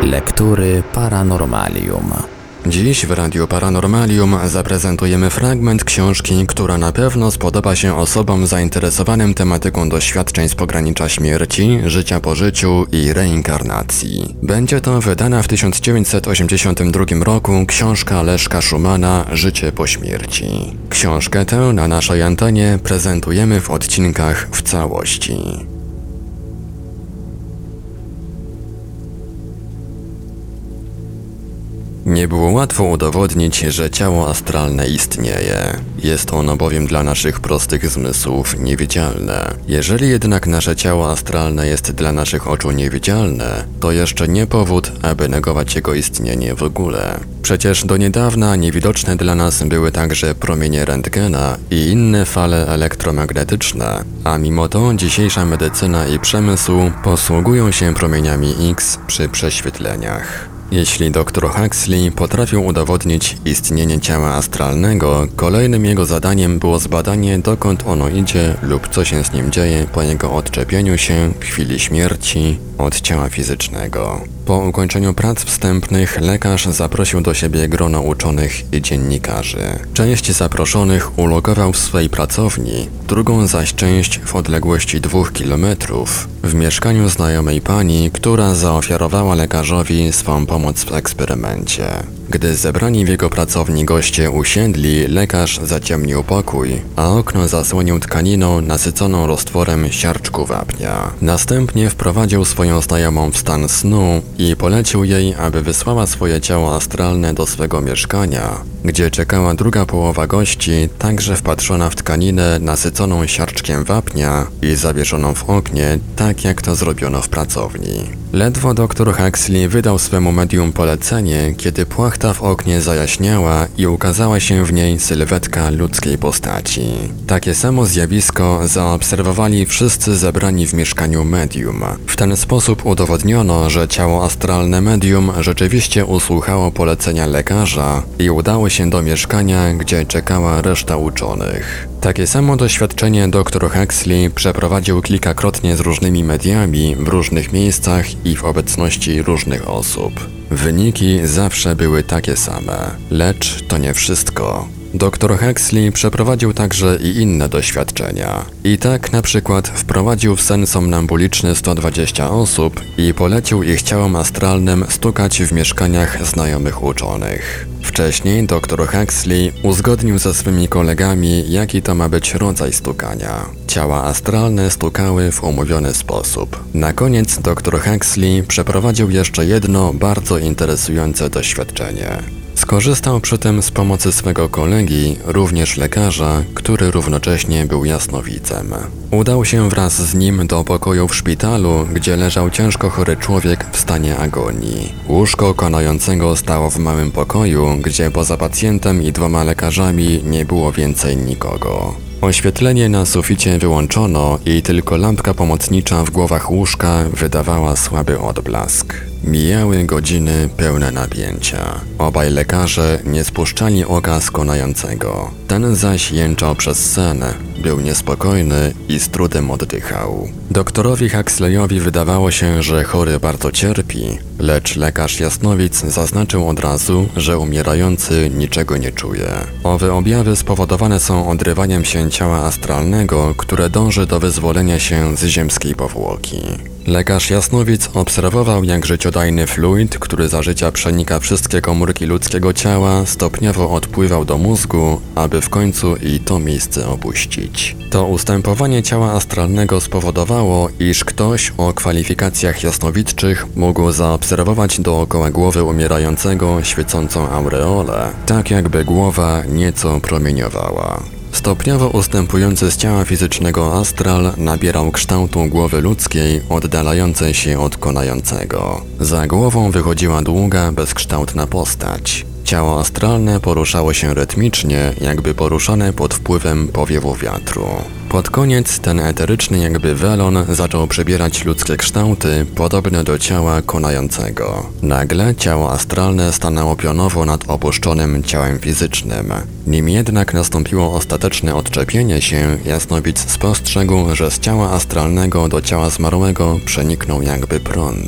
Lektury Paranormalium. Dziś w Radiu Paranormalium zaprezentujemy fragment książki, która na pewno spodoba się osobom zainteresowanym tematyką doświadczeń z pogranicza śmierci, życia po życiu i reinkarnacji. Będzie to wydana w 1982 roku książka Leszka Szumana Życie po śmierci. Książkę tę na naszej antenie prezentujemy w odcinkach w całości. Nie było łatwo udowodnić, że ciało astralne istnieje. Jest ono bowiem dla naszych prostych zmysłów niewidzialne. Jeżeli jednak nasze ciało astralne jest dla naszych oczu niewidzialne, to jeszcze nie powód, aby negować jego istnienie w ogóle. Przecież do niedawna niewidoczne dla nas były także promienie rentgena i inne fale elektromagnetyczne, a mimo to dzisiejsza medycyna i przemysł posługują się promieniami X przy prześwietleniach. Jeśli dr Huxley potrafił udowodnić istnienie ciała astralnego, kolejnym jego zadaniem było zbadanie, dokąd ono idzie lub co się z nim dzieje po jego odczepieniu się w chwili śmierci od ciała fizycznego. Po ukończeniu prac wstępnych lekarz zaprosił do siebie grono uczonych i dziennikarzy. Część zaproszonych ulokował w swej pracowni, drugą zaś część w odległości 2 kilometrów w mieszkaniu znajomej pani, która zaofiarowała lekarzowi swą pomoc w eksperymencie. Gdy zebrani w jego pracowni goście usiedli, lekarz zaciemnił pokój, a okno zasłonił tkaniną nasyconą roztworem siarczku wapnia. Następnie wprowadził swoją znajomą w stan snu i polecił jej, aby wysłała swoje ciało astralne do swego mieszkania, gdzie czekała druga połowa gości, także wpatrzona w tkaninę nasyconą siarczkiem wapnia i zawieszoną w oknie, tak jak to zrobiono w pracowni. Ledwo dr Huxley wydał swemu medium polecenie, kiedy płachta w oknie zajaśniała i ukazała się w niej sylwetka ludzkiej postaci. Takie samo zjawisko zaobserwowali wszyscy zebrani w mieszkaniu medium. W ten sposób udowodniono, że ciało astralne medium rzeczywiście usłuchało polecenia lekarza i udało się do mieszkania, gdzie czekała reszta uczonych. Takie samo doświadczenie dr Huxley przeprowadził kilkakrotnie z różnymi mediami w różnych miejscach i w obecności różnych osób. Wyniki zawsze były takie same, lecz to nie wszystko. Dr Huxley przeprowadził także i inne doświadczenia. I tak na przykład wprowadził w sen somnambuliczny 120 osób i polecił ich ciałom astralnym stukać w mieszkaniach znajomych uczonych. Wcześniej dr Huxley uzgodnił ze swymi kolegami, jaki to ma być rodzaj stukania. Ciała astralne stukały w umówiony sposób. Na koniec dr Huxley przeprowadził jeszcze jedno bardzo interesujące doświadczenie. Skorzystał przy tym z pomocy swego kolegi, również lekarza, który równocześnie był jasnowidzem. Udał się wraz z nim do pokoju w szpitalu, gdzie leżał ciężko chory człowiek w stanie agonii. Łóżko konającego stało w małym pokoju, gdzie poza pacjentem i 2 lekarzami nie było więcej nikogo. Oświetlenie na suficie wyłączono i tylko lampka pomocnicza w głowach łóżka wydawała słaby odblask. Mijały godziny pełne napięcia. Obaj lekarze nie spuszczali oka z konającego. Ten zaś jęczał przez sen, był niespokojny i z trudem oddychał. Doktorowi Huxleyowi wydawało się, że chory bardzo cierpi, lecz lekarz jasnowic zaznaczył od razu, że umierający niczego nie czuje. Owe objawy spowodowane są odrywaniem się ciała astralnego, które dąży do wyzwolenia się z ziemskiej powłoki. Lekarz jasnowic obserwował, jak życiodajny fluid, który za życia przenika wszystkie komórki ludzkiego ciała, stopniowo odpływał do mózgu, aby w końcu i to miejsce opuścić. To ustępowanie ciała astralnego spowodowało, iż ktoś o kwalifikacjach jasnowiczych mógł zaobserwować dookoła głowy umierającego świecącą aureolę, tak jakby głowa nieco promieniowała. Stopniowo ustępujący z ciała fizycznego astral nabierał kształtu głowy ludzkiej oddalającej się od konającego. Za głową wychodziła długa, bezkształtna postać. Ciało astralne poruszało się rytmicznie, jakby poruszane pod wpływem powiewu wiatru. Pod koniec ten eteryczny jakby welon zaczął przybierać ludzkie kształty podobne do ciała konającego. Nagle ciało astralne stanęło pionowo nad opuszczonym ciałem fizycznym. Nim jednak nastąpiło ostateczne odczepienie się, jasnowidz spostrzegł, że z ciała astralnego do ciała zmarłego przeniknął jakby prąd. W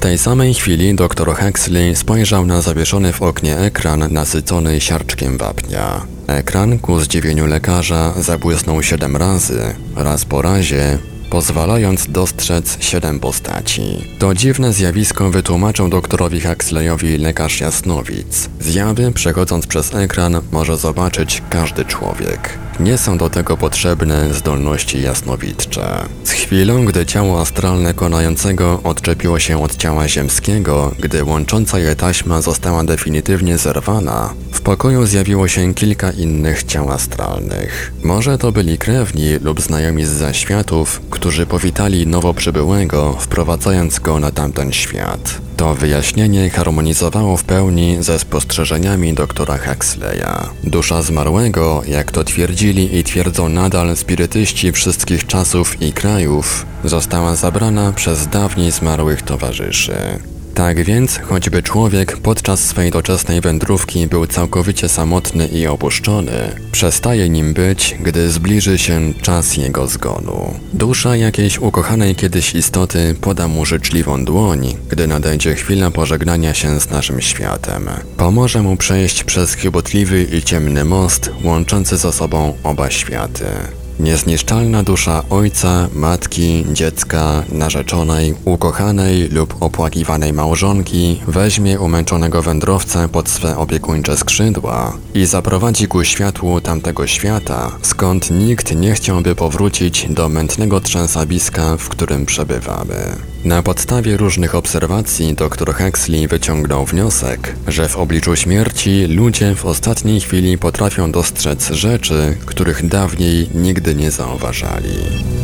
tej samej chwili dr Huxley spojrzał na zawieszony w oknie ekran nasycony siarczkiem wapnia. Ekran, ku zdziwieniu lekarza, zabłysnął 7 razy, raz po razie, pozwalając dostrzec 7 postaci. To dziwne zjawisko wytłumaczył doktorowi Huxleyowi lekarz jasnowic. Zjawy, przechodząc przez ekran, może zobaczyć każdy człowiek. Nie są do tego potrzebne zdolności jasnowidcze. Z chwilą, gdy ciało astralne konającego odczepiło się od ciała ziemskiego, gdy łącząca je taśma została definitywnie zerwana, w pokoju zjawiło się kilka innych ciał astralnych. Może to byli krewni lub znajomi z zaświatów, którzy powitali nowo przybyłego, wprowadzając go na tamten świat. To wyjaśnienie harmonizowało w pełni ze spostrzeżeniami doktora Huxleya. Dusza zmarłego, jak to twierdzili i twierdzą nadal spirytyści wszystkich czasów i krajów, została zabrana przez dawniej zmarłych towarzyszy. Tak więc, choćby człowiek podczas swej doczesnej wędrówki był całkowicie samotny i opuszczony, przestaje nim być, gdy zbliży się czas jego zgonu. Dusza jakiejś ukochanej kiedyś istoty poda mu życzliwą dłoń, gdy nadejdzie chwila pożegnania się z naszym światem. Pomoże mu przejść przez chybotliwy i ciemny most łączący ze sobą oba światy. Niezniszczalna dusza ojca, matki, dziecka, narzeczonej, ukochanej lub opłakiwanej małżonki weźmie umęczonego wędrowcę pod swe opiekuńcze skrzydła i zaprowadzi ku światłu tamtego świata, skąd nikt nie chciałby powrócić do mętnego trzęsawiska, w którym przebywamy. Na podstawie różnych obserwacji dr Huxley wyciągnął wniosek, że w obliczu śmierci ludzie w ostatniej chwili potrafią dostrzec rzeczy, których dawniej nigdy nie zauważali.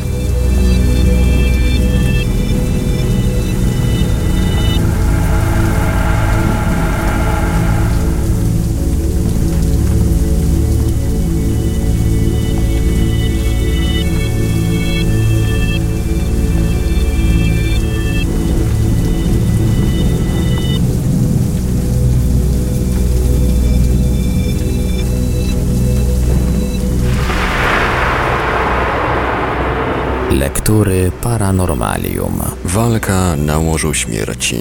Lektury Paranormalium. Walka na łożu śmierci.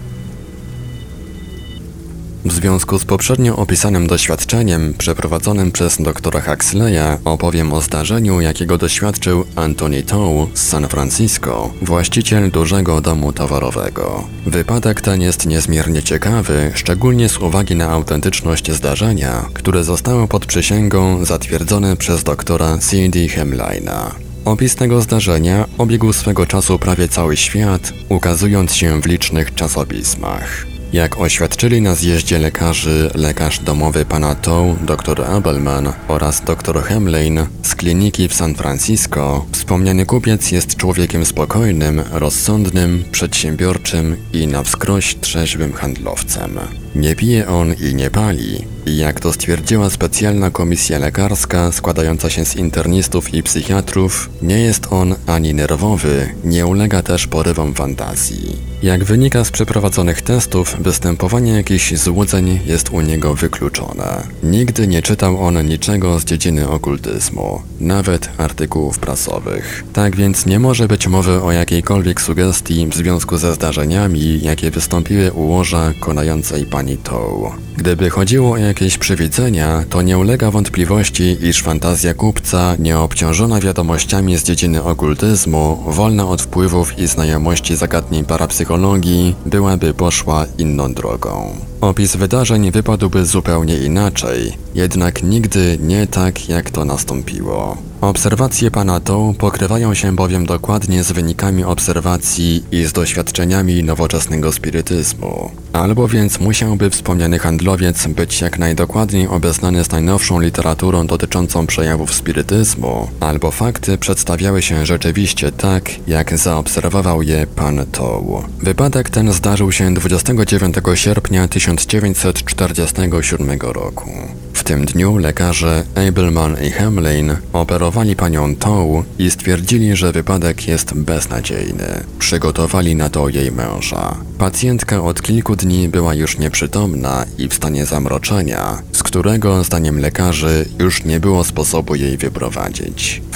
W związku z poprzednio opisanym doświadczeniem przeprowadzonym przez doktora Huxleya opowiem o zdarzeniu, jakiego doświadczył Anthony Tow z San Francisco, właściciel dużego domu towarowego. Wypadek ten jest niezmiernie ciekawy, szczególnie z uwagi na autentyczność zdarzenia, które zostało pod przysięgą zatwierdzone przez doktora C.D. Hemlina. Opis tego zdarzenia obiegł swego czasu prawie cały świat, ukazując się w licznych czasopismach. Jak oświadczyli na zjeździe lekarzy lekarz domowy pana Tow, dr Abelman oraz dr Hemlein z kliniki w San Francisco, wspomniany kupiec jest człowiekiem spokojnym, rozsądnym, przedsiębiorczym i na wskroś trzeźwym handlowcem. Nie pije on i nie pali. I jak to stwierdziła specjalna komisja lekarska składająca się z internistów i psychiatrów, nie jest on ani nerwowy, nie ulega też porywom fantazji. Jak wynika z przeprowadzonych testów, występowanie jakichś złudzeń jest u niego wykluczone. Nigdy nie czytał on niczego z dziedziny okultyzmu, nawet artykułów prasowych. Tak więc nie może być mowy o jakiejkolwiek sugestii w związku ze zdarzeniami, jakie wystąpiły u łoża konającej pani Tow. Gdyby chodziło o jakieś przewidzenia, to nie ulega wątpliwości, iż fantazja kupca, nieobciążona wiadomościami z dziedziny okultyzmu, wolna od wpływów i znajomości zagadnień parapsychologii, byłaby poszła inną drogą. Opis wydarzeń wypadłby zupełnie inaczej, jednak nigdy nie tak, jak to nastąpiło. Obserwacje pana Tow pokrywają się bowiem dokładnie z wynikami obserwacji i z doświadczeniami nowoczesnego spirytyzmu. Albo więc musiałby wspomniany handlowiec być jak najdokładniej obeznany z najnowszą literaturą dotyczącą przejawów spirytyzmu, albo fakty przedstawiały się rzeczywiście tak, jak zaobserwował je pan Tow. Wypadek ten zdarzył się 29 sierpnia 1947 roku. W tym dniu lekarze Abelman i Hemlein operowali panią Tow i stwierdzili, że wypadek jest beznadziejny. Przygotowali na to jej męża. Pacjentka od kilku dni była już nieprzytomna i w stanie zamroczenia, z którego, zdaniem lekarzy, już nie było sposobu jej wyprowadzić. W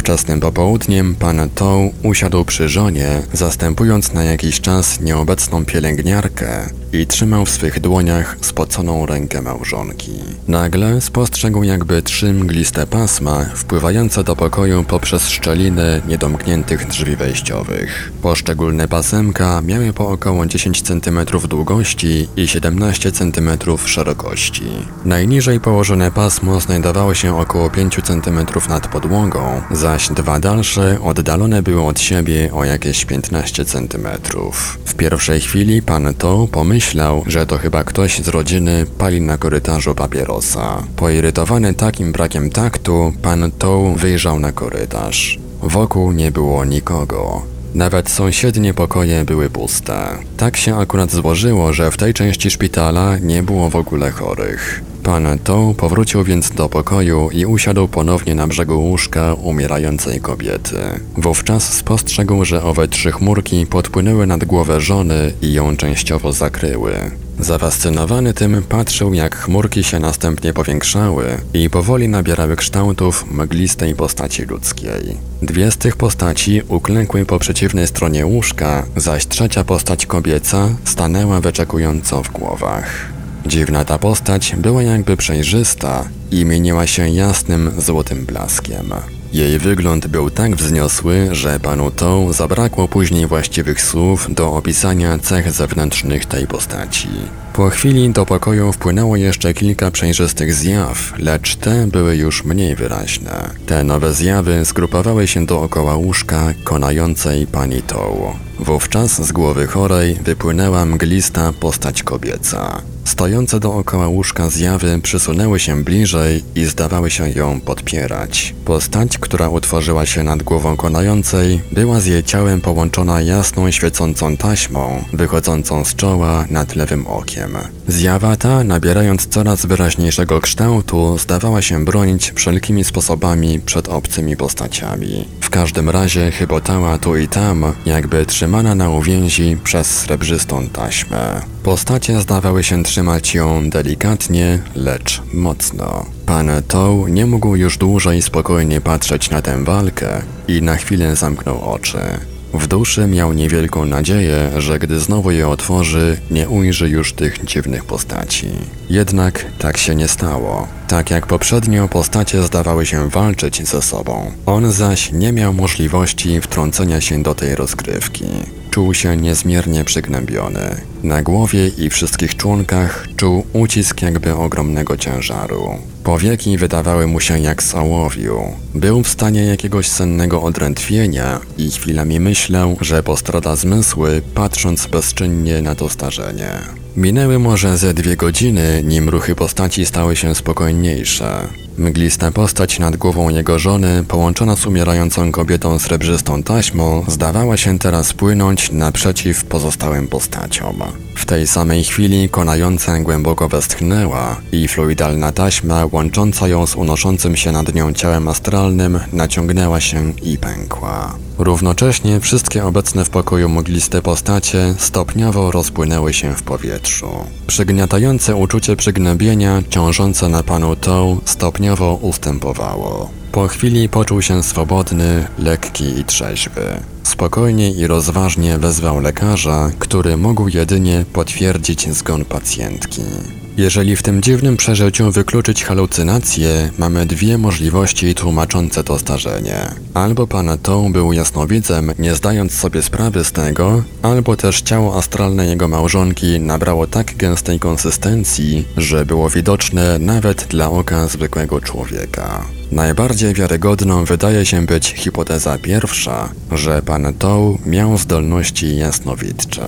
Wczesnym popołudniem pan Tow usiadł przy żonie, zastępując na jakiś czas nieobecną pielęgniarkę i trzymał w swych dłoniach spoconą rękę małżonki. Nagle spostrzegł jakby 3 mgliste pasma wpływające do pokoju poprzez szczeliny niedomkniętych drzwi wejściowych. Poszczególne pasemka miały po około 10 cm długości i 17 cm szerokości. Najniżej położone pasmo znajdowało się około 5 cm nad podłogą, zaś 2 dalsze oddalone były od siebie o jakieś 15 cm. W pierwszej chwili pan Tow pomyślał, że to chyba ktoś z rodziny pali na korytarzu papierosa. Poirytowany takim brakiem taktu, pan Tow wyjrzał na korytarz. Wokół nie było nikogo. Nawet sąsiednie pokoje były puste. Tak się akurat złożyło, że w tej części szpitala nie było w ogóle chorych. Pan Tow powrócił więc do pokoju i usiadł ponownie na brzegu łóżka umierającej kobiety. Wówczas spostrzegł, że owe 3 chmurki podpłynęły nad głowę żony i ją częściowo zakryły. Zafascynowany tym patrzył, jak chmurki się następnie powiększały i powoli nabierały kształtów mglistej postaci ludzkiej. 2 z tych postaci uklękły po przeciwnej stronie łóżka, zaś 3. postać kobieca stanęła wyczekująco w głowach. Dziwna ta postać była jakby przejrzysta i mieniła się jasnym, złotym blaskiem. Jej wygląd był tak wzniosły, że panu Tow zabrakło później właściwych słów do opisania cech zewnętrznych tej postaci. Po chwili do pokoju wpłynęło jeszcze kilka przejrzystych zjaw, lecz te były już mniej wyraźne. Te nowe zjawy zgrupowały się dookoła łóżka konającej pani Tow. Wówczas z głowy chorej wypłynęła mglista postać kobieca. Stojące dookoła łóżka zjawy przysunęły się bliżej i zdawały się ją podpierać. Postać, która utworzyła się nad głową konającej, była z jej ciałem połączona jasną, świecącą taśmą, wychodzącą z czoła nad lewym okiem. Zjawa ta, nabierając coraz wyraźniejszego kształtu, zdawała się bronić wszelkimi sposobami przed obcymi postaciami. W każdym razie chybotała tu i tam, jakby trzymana na uwięzi przez srebrzystą taśmę. Postacie zdawały się trzymać ją delikatnie, lecz mocno. Pan Tow nie mógł już dłużej spokojnie patrzeć na tę walkę i na chwilę zamknął oczy. W duszy miał niewielką nadzieję, że gdy znowu je otworzy, nie ujrzy już tych dziwnych postaci. Jednak tak się nie stało. Tak jak poprzednio, postacie zdawały się walczyć ze sobą. On zaś nie miał możliwości wtrącenia się do tej rozgrywki. Czuł się niezmiernie przygnębiony. Na głowie i wszystkich członkach czuł ucisk jakby ogromnego ciężaru. Powieki wydawały mu się jak z ołowiu. Był w stanie jakiegoś sennego odrętwienia i chwilami myślał, że postrada zmysły, patrząc bezczynnie na to starzenie. Minęły może ze 2 godziny, nim ruchy postaci stały się spokojniejsze. Mglista postać nad głową jego żony, połączona z umierającą kobietą srebrzystą taśmą, zdawała się teraz płynąć naprzeciw pozostałym postaciom. W tej samej chwili konająca głęboko westchnęła i fluidalna taśma, łącząca ją z unoszącym się nad nią ciałem astralnym, naciągnęła się i pękła. Równocześnie wszystkie obecne w pokoju mgliste postacie stopniowo rozpłynęły się w powietrzu. Przygniatające uczucie przygnębienia ciążące na panu Tow stopniowo ustępowało. Po chwili poczuł się swobodny, lekki i trzeźwy. Spokojnie i rozważnie wezwał lekarza, który mógł jedynie potwierdzić zgon pacjentki. Jeżeli w tym dziwnym przeżyciu wykluczyć halucynacje, mamy 2 możliwości tłumaczące to starzenie. Albo pan Tow był jasnowidzem, nie zdając sobie sprawy z tego, albo też ciało astralne jego małżonki nabrało tak gęstej konsystencji, że było widoczne nawet dla oka zwykłego człowieka. Najbardziej wiarygodną wydaje się być hipoteza pierwsza, że pan Tow miał zdolności jasnowidcze.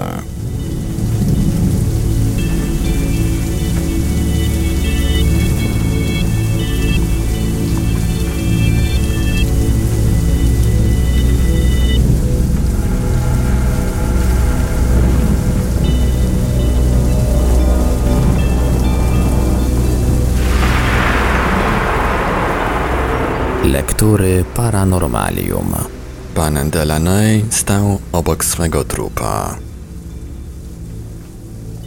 Lektury Paranormalium. Pan Delaney stał obok swego trupa.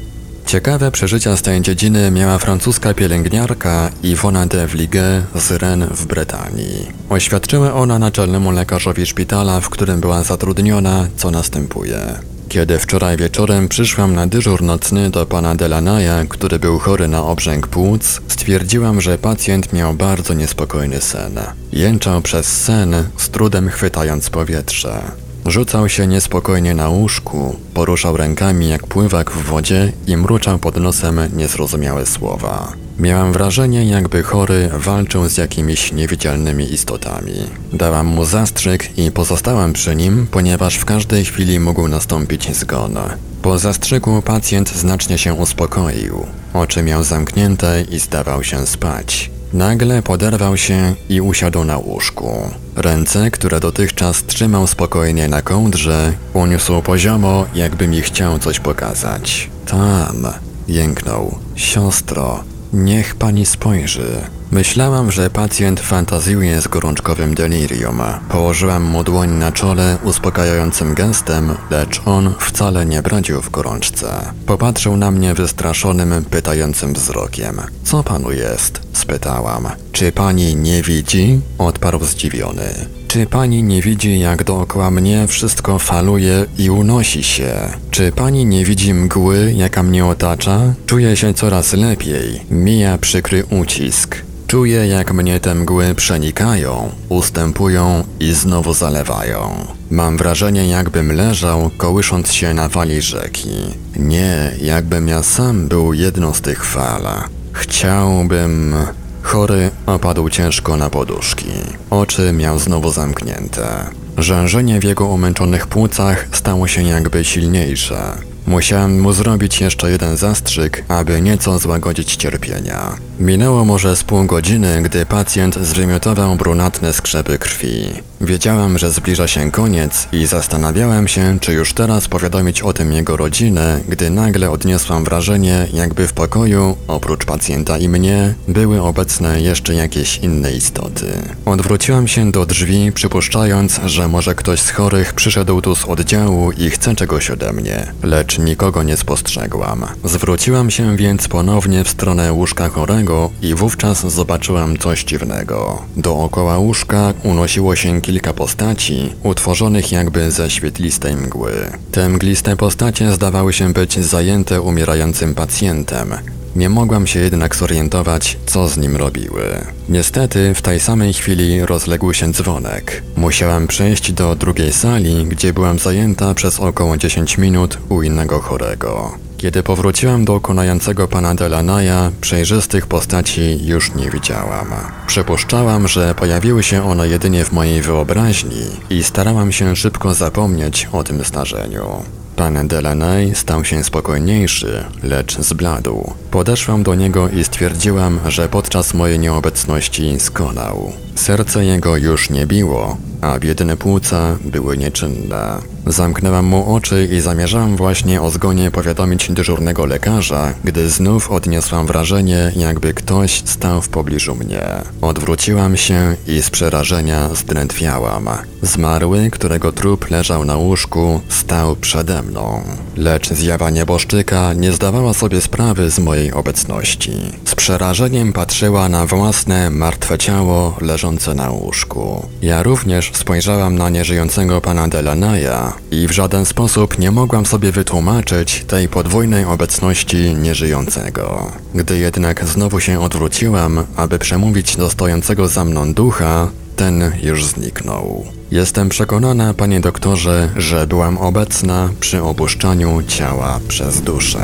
Ciekawe przeżycia z tej dziedziny miała francuska pielęgniarka Yvonne de Vligue z Rennes w Brytanii. Oświadczyła ona naczelnemu lekarzowi szpitala, w którym była zatrudniona, co następuje. Kiedy wczoraj wieczorem przyszłam na dyżur nocny do pana Delanaya, który był chory na obrzęk płuc, stwierdziłam, że pacjent miał bardzo niespokojny sen. Jęczał przez sen, z trudem chwytając powietrze. Rzucał się niespokojnie na łóżku, poruszał rękami jak pływak w wodzie i mruczał pod nosem niezrozumiałe słowa. Miałam wrażenie, jakby chory walczył z jakimiś niewidzialnymi istotami. Dałam mu zastrzyk i pozostałam przy nim, ponieważ w każdej chwili mógł nastąpić zgon. Po zastrzyku pacjent znacznie się uspokoił. Oczy miał zamknięte i zdawał się spać. Nagle poderwał się i usiadł na łóżku. Ręce, które dotychczas trzymał spokojnie na kołdrze, uniósł poziomo, jakby mi chciał coś pokazać. Tam, jęknął. Siostro, niech pani spojrzy. Myślałam, że pacjent fantazjuje z gorączkowym delirium. Położyłam mu dłoń na czole uspokajającym gestem, lecz on wcale nie bradził w gorączce. Popatrzył na mnie wystraszonym, pytającym wzrokiem. Co panu jest? Spytałam. Czy pani nie widzi? Odparł zdziwiony. Czy pani nie widzi, jak dookoła mnie wszystko faluje i unosi się? Czy pani nie widzi mgły, jaka mnie otacza? Czuję się coraz lepiej. Mija przykry ucisk. Czuję, jak mnie te mgły przenikają, ustępują i znowu zalewają. Mam wrażenie, jakbym leżał, kołysząc się na fali rzeki. Nie, jakbym ja sam był jedną z tych fal. Chciałbym... Chory opadł ciężko na poduszki. Oczy miał znowu zamknięte. Rzężenie w jego umęczonych płucach stało się jakby silniejsze. Musiałem mu zrobić jeszcze jeden zastrzyk, aby nieco złagodzić cierpienia. Minęło może z pół godziny, gdy pacjent zwymiotował brunatne skrzepy krwi. Wiedziałam, że zbliża się koniec i zastanawiałem się, czy już teraz powiadomić o tym jego rodzinę, gdy nagle odniosłam wrażenie, jakby w pokoju, oprócz pacjenta i mnie, były obecne jeszcze jakieś inne istoty. Odwróciłam się do drzwi, przypuszczając, że może ktoś z chorych przyszedł tu z oddziału i chce czegoś ode mnie, lecz nikogo nie spostrzegłam. Zwróciłam się więc ponownie w stronę łóżka chorego i wówczas zobaczyłam coś dziwnego. Dookoła łóżka unosiło się kilka postaci, utworzonych jakby ze świetlistej mgły. Te mgliste postacie zdawały się być zajęte umierającym pacjentem. Nie mogłam się jednak zorientować, co z nim robiły. Niestety, w tej samej chwili rozległ się dzwonek. Musiałam przejść do drugiej sali, gdzie byłam zajęta przez około 10 minut u innego chorego. Kiedy powróciłam do konającego pana Delanaya, przejrzystych postaci już nie widziałam. Przypuszczałam, że pojawiły się one jedynie w mojej wyobraźni i starałam się szybko zapomnieć o tym zdarzeniu. Pan Delaney stał się spokojniejszy, lecz zbladł. Podeszłam do niego i stwierdziłam, że podczas mojej nieobecności skonał. Serce jego już nie biło, a biedne płuca były nieczynne. Zamknęłam mu oczy i zamierzałam właśnie o zgonie powiadomić dyżurnego lekarza, gdy znów odniosłam wrażenie, jakby ktoś stał w pobliżu mnie. Odwróciłam się i z przerażenia zdrętwiałam. Zmarły, którego trup leżał na łóżku, stał przede mną. Lecz zjawa nieboszczyka nie zdawała sobie sprawy z mojej obecności. Z przerażeniem patrzyła na własne, martwe ciało leżące na łóżku. Ja również spojrzałam na nieżyjącego pana Delanaya i w żaden sposób nie mogłam sobie wytłumaczyć tej podwójnej obecności nieżyjącego. Gdy jednak znowu się odwróciłam, aby przemówić do stojącego za mną ducha, ten już zniknął. Jestem przekonana, panie doktorze, że byłam obecna przy opuszczaniu ciała przez duszę.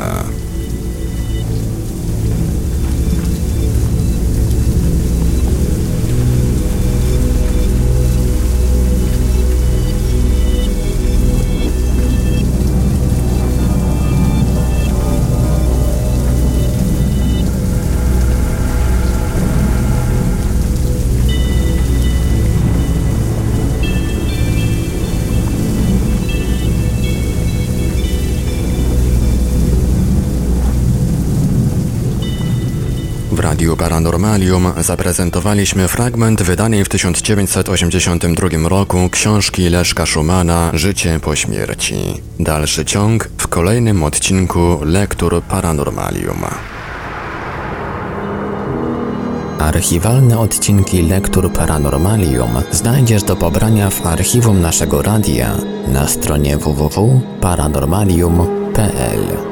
Radiu Paranormalium zaprezentowaliśmy fragment wydanej w 1982 roku książki Leszka Szumana Życie po śmierci. Dalszy ciąg w kolejnym odcinku Lektur Paranormalium. Archiwalne odcinki Lektur Paranormalium znajdziesz do pobrania w archiwum naszego radia na stronie www.paranormalium.pl.